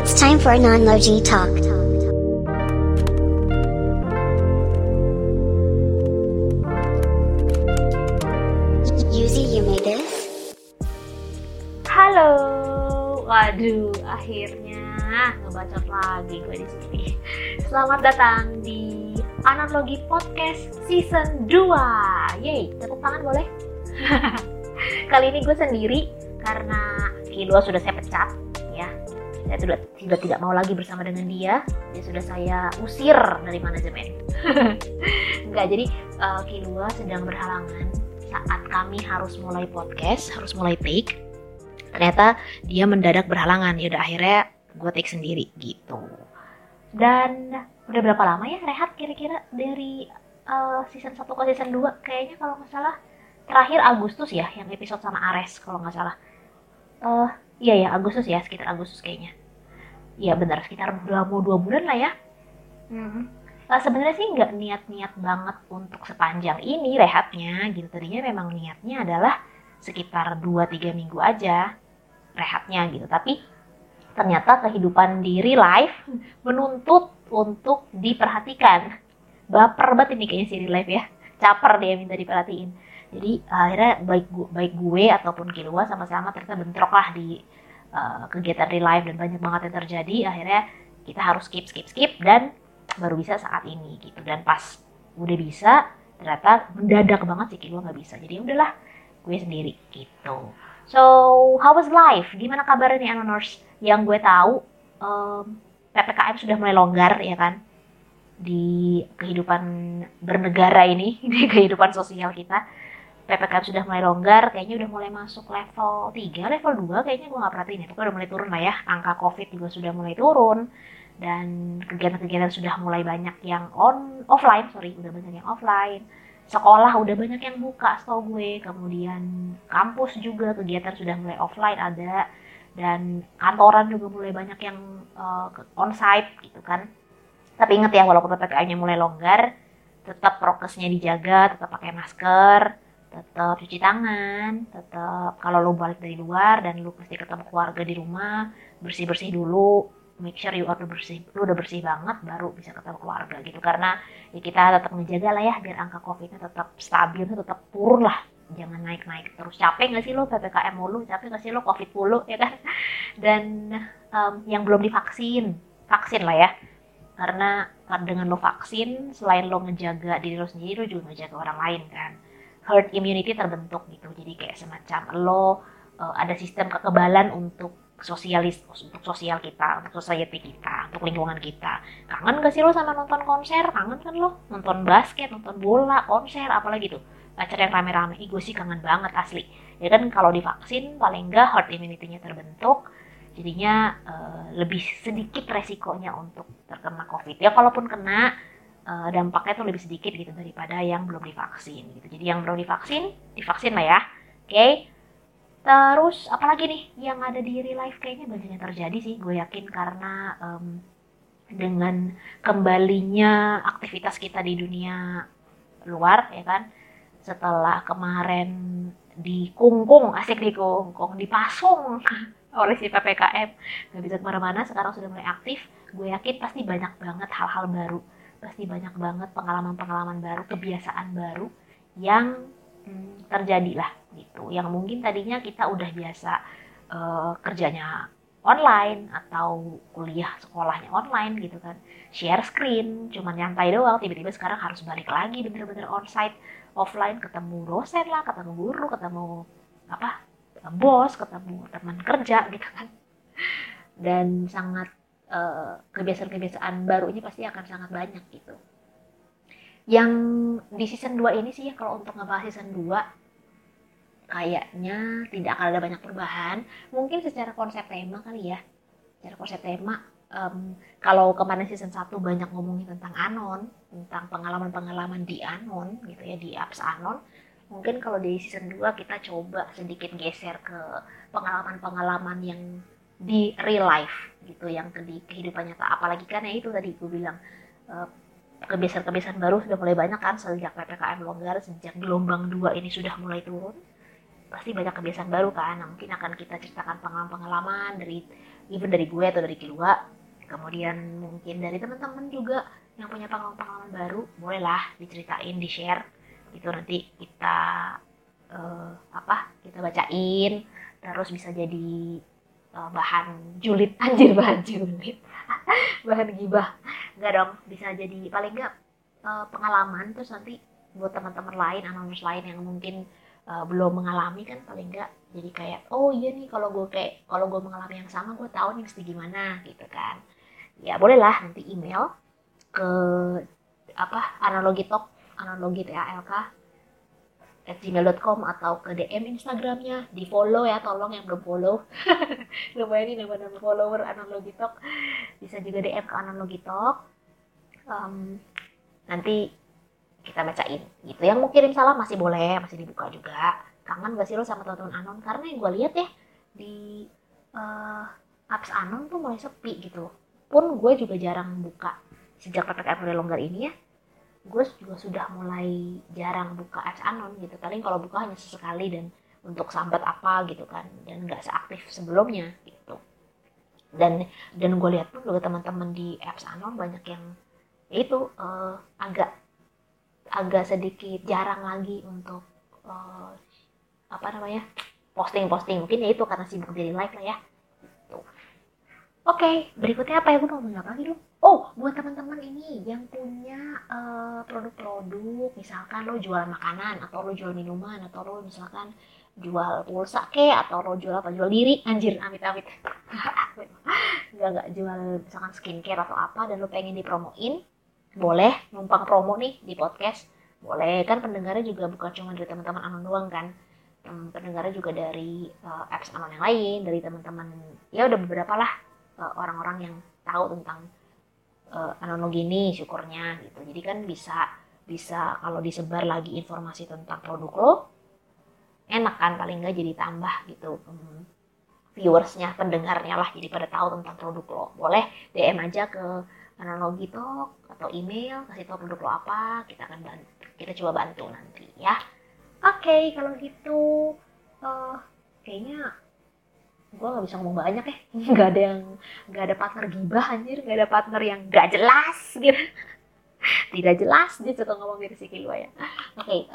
It's time for non-Moji talk. Yuzi, you made this? Halo, waduh, akhirnya ngebacot lagi gue di sini. Selamat datang di Analogi Podcast Season 2. Yeay, tepuk tangan boleh? Kali ini gue sendiri karena Kilua sudah saya pecat, ya. Saya sudah tidak mau lagi bersama dengan dia. Dia sudah saya usir dari manajemen. Enggak, jadi Kilua sedang berhalangan saat kami harus mulai podcast, harus mulai take. Ternyata dia mendadak berhalangan. Ya udah akhirnya gue take sendiri gitu. Dan udah berapa lama ya rehat kira-kira dari season 1 ke season 2? Kayaknya kalau nggak salah terakhir Agustus ya, yang episode sama Ares kalau nggak salah. Iya ya, Agustus ya, sekitar Agustus kayaknya. Iya benar, sekitar mau 2 bulan lah ya. Sebenarnya sih nggak niat-niat banget untuk sepanjang ini rehatnya gitu. Tadinya memang niatnya adalah sekitar 2-3 minggu aja rehatnya gitu. Tapi ternyata kehidupan di real life menuntut untuk diperhatikan. Baper banget ini kayaknya si real life ya. Caper dia minta diperhatiin. Jadi akhirnya baik gue ataupun Kilua sama-sama ternyata bentrok lah di kegiatan real life dan banyak banget yang terjadi. Akhirnya kita harus skip dan baru bisa saat ini gitu. Dan pas udah bisa ternyata mendadak banget si Kilua nggak bisa. Jadi udahlah gue sendiri gitu. So how was life? Gimana kabarnya nih Anonors? Yang gue tahu PPKM sudah mulai longgar ya kan di kehidupan bernegara ini, di kehidupan sosial kita. PPKM sudah mulai longgar, kayaknya udah mulai masuk level 3, level 2 kayaknya gue gak perhatiin ya, pokoknya udah mulai turun lah ya, angka COVID juga sudah mulai turun, dan kegiatan-kegiatan sudah mulai banyak yang offline, sekolah udah banyak yang buka setahu gue, kemudian kampus juga kegiatan sudah mulai offline ada, dan kantoran juga mulai banyak yang onsite gitu kan. Tapi inget ya, walaupun PPKM-nya mulai longgar, tetap prokesnya dijaga, tetap pakai masker, tetap cuci tangan, tetap kalau lu balik dari luar dan lu pasti ketemu keluarga di rumah, bersih-bersih dulu, make sure lu udah bersih banget baru bisa ketemu keluarga gitu. Karena ya kita tetap menjaga lah ya biar angka COVID-nya tetap stabil, tetap turun lah, jangan naik-naik terus. Capek nggak sih lo PPKM mulu, capek nggak sih lo COVID mulu ya kan? Dan yang belum vaksin lah ya. Karena dengan lo vaksin, selain lo ngejaga diri lo sendiri, lo juga ngejaga orang lain kan. Herd immunity terbentuk gitu. Jadi kayak semacam lo ada sistem kekebalan untuk sosial kita, untuk society kita, untuk lingkungan kita. Kangen gak sih lo sama nonton konser? Kangen kan lo? Nonton basket, nonton bola, konser, apalagi tuh. Acara yang rame-rame. Gue sih kangen banget asli. Ya kan kalau divaksin paling enggak herd immunity-nya terbentuk. Jadinya lebih sedikit resikonya untuk terkena COVID. Ya kalaupun kena, dampaknya tuh lebih sedikit gitu daripada yang belum divaksin gitu. Jadi yang belum divaksin lah ya. Oke. Terus apalagi nih yang ada di real life, kayaknya banyak yang terjadi sih. Gue yakin karena dengan kembalinya aktivitas kita di dunia luar ya kan. Setelah kemarin dikungkung, dipasung oleh si PPKM, gak bisa kemana-mana, sekarang sudah mulai aktif. Gue yakin pasti banyak banget hal-hal baru, pasti banyak banget pengalaman-pengalaman baru, kebiasaan baru yang terjadi lah gitu. Yang mungkin tadinya kita udah biasa kerjanya online atau kuliah sekolahnya online gitu kan, share screen, cuman nyantai doang, tiba-tiba sekarang harus balik lagi bener-bener onsite, offline, ketemu dosen lah, ketemu guru, ketemu bos, ketemu teman kerja gitu kan. Dan sangat kebiasaan-kebiasaan baru ini pasti akan sangat banyak gitu. Yang di season 2 ini sih ya, kalau untuk ngebahas season 2 kayaknya tidak akan ada banyak perubahan. Mungkin secara konsep tema kali ya. Secara konsep tema, kalau kemarin season 1 banyak ngomongin tentang Anon, tentang pengalaman-pengalaman di Anon gitu ya, di apps Anon. Mungkin kalau di season 2 kita coba sedikit geser ke pengalaman-pengalaman yang di real life gitu, yang di kehidupan nyata. Apalagi kan ya itu tadi gue bilang, kebiasaan-kebiasaan baru sudah mulai banyak kan sejak PPKM longgar, sejak gelombang 2 ini sudah mulai turun. pasti banyak kebiasaan baru kan. Nah, mungkin akan kita ceritakan pengalaman-pengalaman dari gue atau dari Kilua. Kemudian mungkin dari teman-teman juga yang punya pengalaman-pengalaman baru, bolehlah diceritain, di-share. Itu nanti kita kita bacain, terus bisa jadi bahan julid, bahan julid. Bahan gibah. Enggak dong, bisa jadi paling enggak pengalaman, terus nanti buat teman-teman lain, anonymous lain yang mungkin belum mengalami kan, paling enggak jadi kayak oh iya nih, kalau gue mengalami yang sama, gue tahu nih mesti gimana gitu kan. Ya bolehlah nanti email ke analogitalk @gmail.com atau ke DM Instagramnya, di follow ya, tolong yang belum follow. Lumayan nih nambah follower Analogitalk. Bisa juga DM ke Analogitalk. Nanti kita bacain gitu. Yang mau kirim salam masih boleh, masih dibuka juga. Kangen gak sih lo sama teman-teman Anon? Karena yang gue lihat ya di apps Anon tuh mulai sepi gitu. Pun gue juga jarang buka sejak PPKM mulai longgar ini ya. Gue juga sudah mulai jarang buka apps Anon gitu. Paling kalau buka hanya sesekali dan untuk sambat apa gitu kan, dan nggak seaktif sebelumnya gitu. Dan gue lihat pun juga teman-teman di apps Anon banyak yang itu agak sedikit jarang lagi untuk posting. Mungkin ya itu karena sibuk dari live lah ya. Gitu. Oke, berikutnya apa ya, gue mau ngomong apa lagi dong? Oh, buat teman-teman ini yang punya produk-produk, misalkan lo jual makanan, atau lo jual minuman, atau lo misalkan jual pulsa atau lo jual diri, anjir, amit-amit. Nggak jual misalkan skincare atau apa, dan lo pengen dipromoin, boleh numpang promo nih di podcast. Boleh, kan pendengarnya juga bukan cuma dari teman-teman Anon doang kan. Pendengarnya juga dari apps Anon yang lain, dari teman-teman, ya udah beberapa lah orang-orang yang tahu tentang analogi ini, syukurnya gitu. Jadi kan bisa kalau disebar lagi informasi tentang produk lo, enak kan, paling nggak jadi tambah gitu viewersnya, pendengarnya lah, jadi pada tahu tentang produk lo. Boleh DM aja ke Analogi Talk atau email, kasih tahu produk lo apa, kita coba bantu nanti ya. Oke, kalau gitu kayaknya gue nggak bisa ngomong banyak ya. Nggak ada partner gibah, anjir, nggak ada partner yang nggak jelas gitu. Tidak jelas dia suka ngomong dari si Kilua ya. Oke.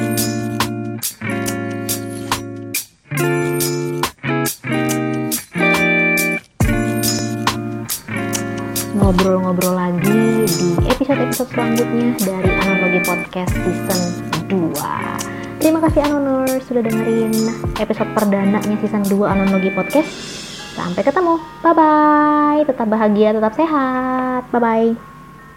Ngobrol-ngobrol lagi di episode-episode selanjutnya dari Analogi Podcast Season 2. Terima kasih Anoners sudah dengerin episode perdananya Season 2 Analogi Podcast. Sampai ketemu. Bye-bye. Tetap bahagia, tetap sehat. Bye-bye.